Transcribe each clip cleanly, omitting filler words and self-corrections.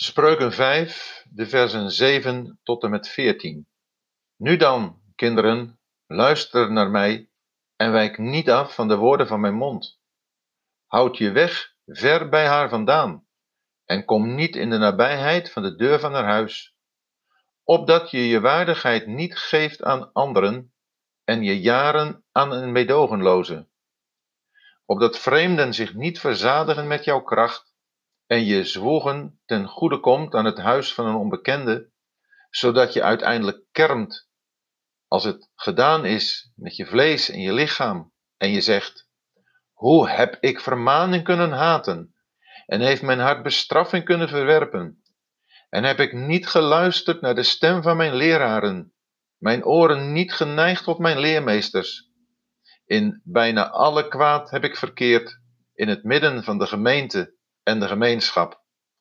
Spreuken 5, de versen 7 tot en met 14. Nu dan, kinderen, luister naar mij en wijk niet af van de woorden van mijn mond. Houd je weg ver bij haar vandaan en kom niet in de nabijheid van de deur van haar huis, opdat je je waardigheid niet geeft aan anderen en je jaren aan een meedogenloze, opdat vreemden zich niet verzadigen met jouw kracht en je zwoegen ten goede komt aan het huis van een onbekende, zodat je uiteindelijk kermt als het gedaan is met je vlees en je lichaam en je zegt: hoe heb ik vermaning kunnen haten en heeft mijn hart bestraffing kunnen verwerpen en heb ik niet geluisterd naar de stem van mijn leraren, mijn oren niet geneigd tot mijn leermeesters. In bijna alle kwaad heb ik verkeerd in het midden van de gemeente en de gemeenschap.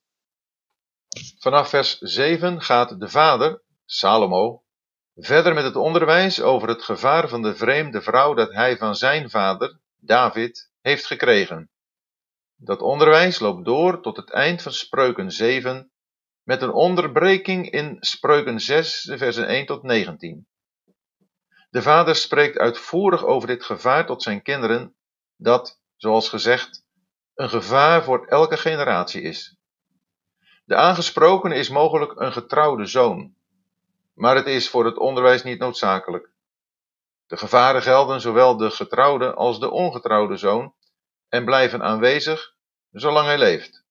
Vanaf vers 7 gaat de vader, Salomo, verder met het onderwijs over het gevaar van de vreemde vrouw dat hij van zijn vader, David, heeft gekregen. Dat onderwijs loopt door tot het eind van Spreuken 7, met een onderbreking in Spreuken 6, de versen 1 tot 19. De vader spreekt uitvoerig over dit gevaar tot zijn kinderen, dat, zoals gezegd, een gevaar voor elke generatie is. De aangesprokene is mogelijk een getrouwde zoon, maar het is voor het onderwijs niet noodzakelijk. De gevaren gelden zowel de getrouwde als de ongetrouwde zoon en blijven aanwezig zolang hij leeft.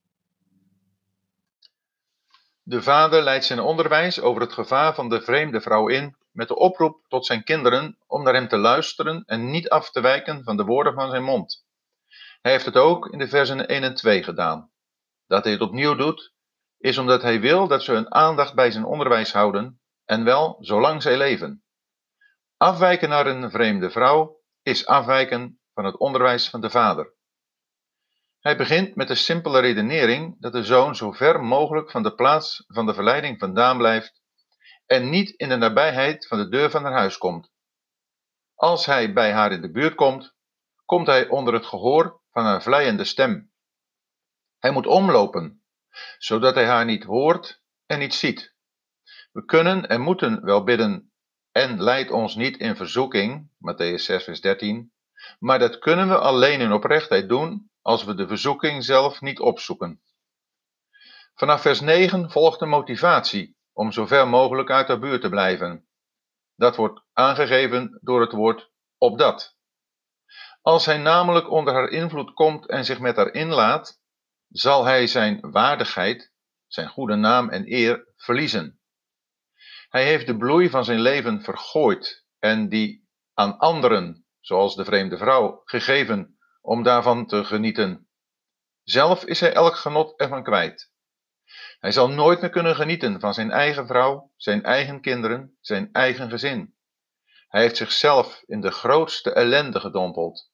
De vader leidt zijn onderwijs over het gevaar van de vreemde vrouw in met de oproep tot zijn kinderen om naar hem te luisteren en niet af te wijken van de woorden van zijn mond. Hij heeft het ook in de versen 1 en 2 gedaan. Dat hij het opnieuw doet, is omdat hij wil dat ze hun aandacht bij zijn onderwijs houden, en wel zolang zij leven. Afwijken naar een vreemde vrouw is afwijken van het onderwijs van de vader. Hij begint met de simpele redenering dat de zoon zo ver mogelijk van de plaats van de verleiding vandaan blijft en niet in de nabijheid van de deur van haar huis komt. Als hij bij haar in de buurt komt, komt hij onder het gehoor van haar vleiende stem. Hij moet omlopen, zodat hij haar niet hoort en niet ziet. We kunnen en moeten wel bidden: en leid ons niet in verzoeking, Mattheüs 6 vers 13, maar dat kunnen we alleen in oprechtheid doen als we de verzoeking zelf niet opzoeken. Vanaf vers 9 volgt de motivatie om zo ver mogelijk uit haar buurt te blijven. Dat wordt aangegeven door het woord opdat. Als hij namelijk onder haar invloed komt en zich met haar inlaat, zal hij zijn waardigheid, zijn goede naam en eer verliezen. Hij heeft de bloei van zijn leven vergooid en die aan anderen, zoals de vreemde vrouw, gegeven om daarvan te genieten. Zelf is hij elk genot ervan kwijt. Hij zal nooit meer kunnen genieten van zijn eigen vrouw, zijn eigen kinderen, zijn eigen gezin. Hij heeft zichzelf in de grootste ellende gedompeld.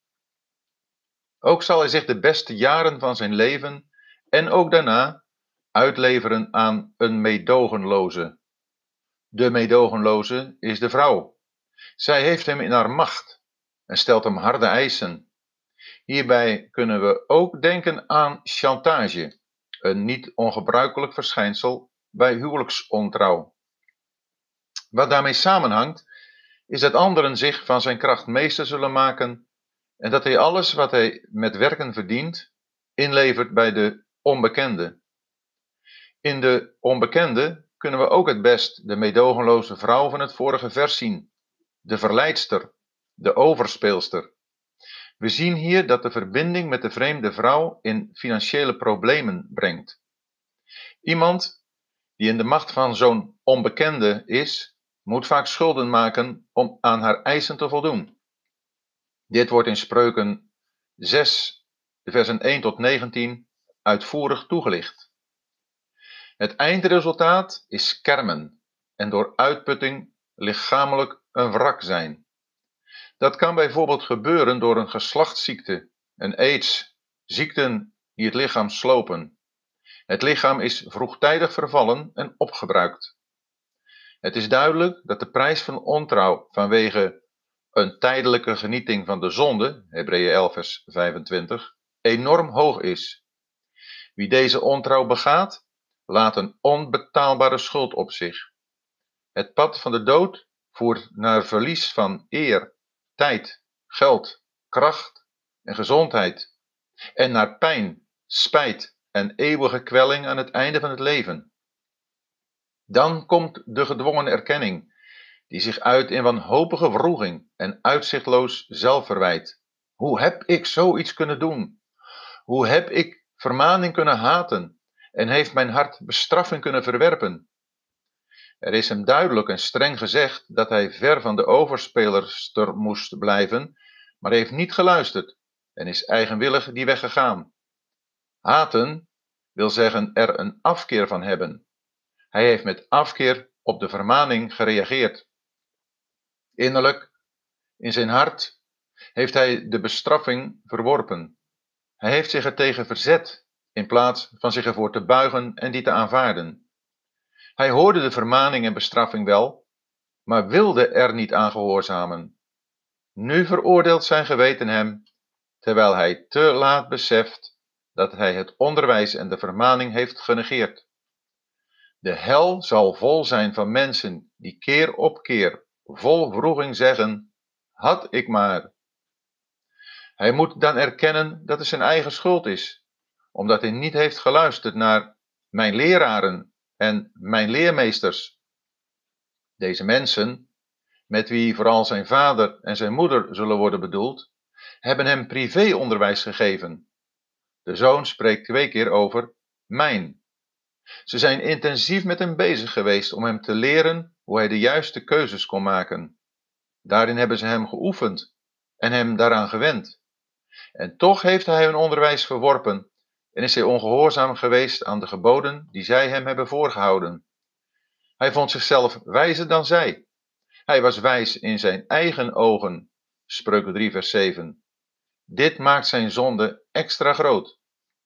Ook zal hij zich de beste jaren van zijn leven en ook daarna uitleveren aan een meedogenloze. De meedogenloze is de vrouw. Zij heeft hem in haar macht en stelt hem harde eisen. Hierbij kunnen we ook denken aan chantage, een niet ongebruikelijk verschijnsel bij huwelijksontrouw. Wat daarmee samenhangt, is dat anderen zich van zijn kracht meester zullen maken en dat hij alles wat hij met werken verdient, inlevert bij de onbekende. In de onbekende kunnen we ook het best de meedogenloze vrouw van het vorige vers zien, de verleidster, de overspeelster. We zien hier dat de verbinding met de vreemde vrouw in financiële problemen brengt. Iemand die in de macht van zo'n onbekende is, moet vaak schulden maken om aan haar eisen te voldoen. Dit wordt in Spreuken 6, de versen 1 tot 19, uitvoerig toegelicht. Het eindresultaat is kermen en door uitputting lichamelijk een wrak zijn. Dat kan bijvoorbeeld gebeuren door een geslachtsziekte, een aids, ziekten die het lichaam slopen. Het lichaam is vroegtijdig vervallen en opgebruikt. Het is duidelijk dat de prijs van ontrouw vanwege een tijdelijke genieting van de zonde, Hebreeën 11 vers 25, enorm hoog is. Wie deze ontrouw begaat, laat een onbetaalbare schuld op zich. Het pad van de dood voert naar verlies van eer, tijd, geld, kracht en gezondheid en naar pijn, spijt en eeuwige kwelling aan het einde van het leven. Dan komt de gedwongen erkenning, die zich uit in wanhopige wroeging en uitzichtloos zelfverwijt. Hoe heb ik zoiets kunnen doen? Hoe heb ik vermaning kunnen haten en heeft mijn hart bestraffing kunnen verwerpen? Er is hem duidelijk en streng gezegd dat hij ver van de overspelster moest blijven, maar hij heeft niet geluisterd en is eigenwillig die weg gegaan. Haten wil zeggen er een afkeer van hebben. Hij heeft met afkeer op de vermaning gereageerd. Innerlijk, in zijn hart, heeft hij de bestraffing verworpen. Hij heeft zich ertegen verzet, in plaats van zich ervoor te buigen en die te aanvaarden. Hij hoorde de vermaning en bestraffing wel, maar wilde er niet aan gehoorzamen. Nu veroordeelt zijn geweten hem, terwijl hij te laat beseft dat hij het onderwijs en de vermaning heeft genegeerd. De hel zal vol zijn van mensen die keer op keer vol wroeging zeggen: had ik maar. Hij moet dan erkennen dat het zijn eigen schuld is, omdat hij niet heeft geluisterd naar mijn leraren en mijn leermeesters. Deze mensen, met wie vooral zijn vader en zijn moeder zullen worden bedoeld, hebben hem privéonderwijs gegeven. De zoon spreekt 2 keer over mijn. Ze zijn intensief met hem bezig geweest om hem te leren hoe hij de juiste keuzes kon maken. Daarin hebben ze hem geoefend en hem daaraan gewend. En toch heeft hij hun onderwijs verworpen en is hij ongehoorzaam geweest aan de geboden die zij hem hebben voorgehouden. Hij vond zichzelf wijzer dan zij. Hij was wijs in zijn eigen ogen. Spreuken 3 vers 7. Dit maakt zijn zonde extra groot.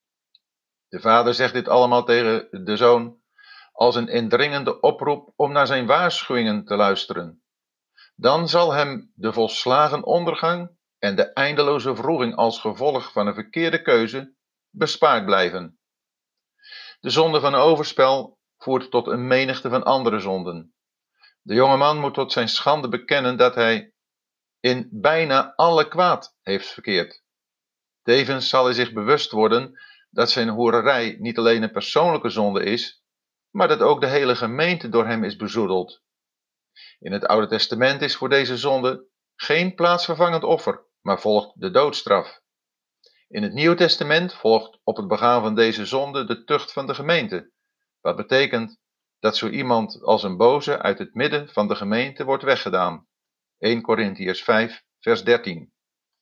De vader zegt dit allemaal tegen de zoon als een indringende oproep om naar zijn waarschuwingen te luisteren. Dan zal hem de volslagen ondergang en de eindeloze wroeging als gevolg van een verkeerde keuze bespaard blijven. De zonde van overspel voert tot een menigte van andere zonden. De jonge man moet tot zijn schande bekennen dat hij in bijna alle kwaad heeft verkeerd. Tevens zal hij zich bewust worden dat zijn hoererij niet alleen een persoonlijke zonde is, maar dat ook de hele gemeente door hem is bezoedeld. In het Oude Testament is voor deze zonde geen plaatsvervangend offer, maar volgt de doodstraf. In het Nieuwe Testament volgt op het begaan van deze zonde de tucht van de gemeente, wat betekent dat zo iemand als een boze uit het midden van de gemeente wordt weggedaan. 1 Korintiërs 5 vers 13.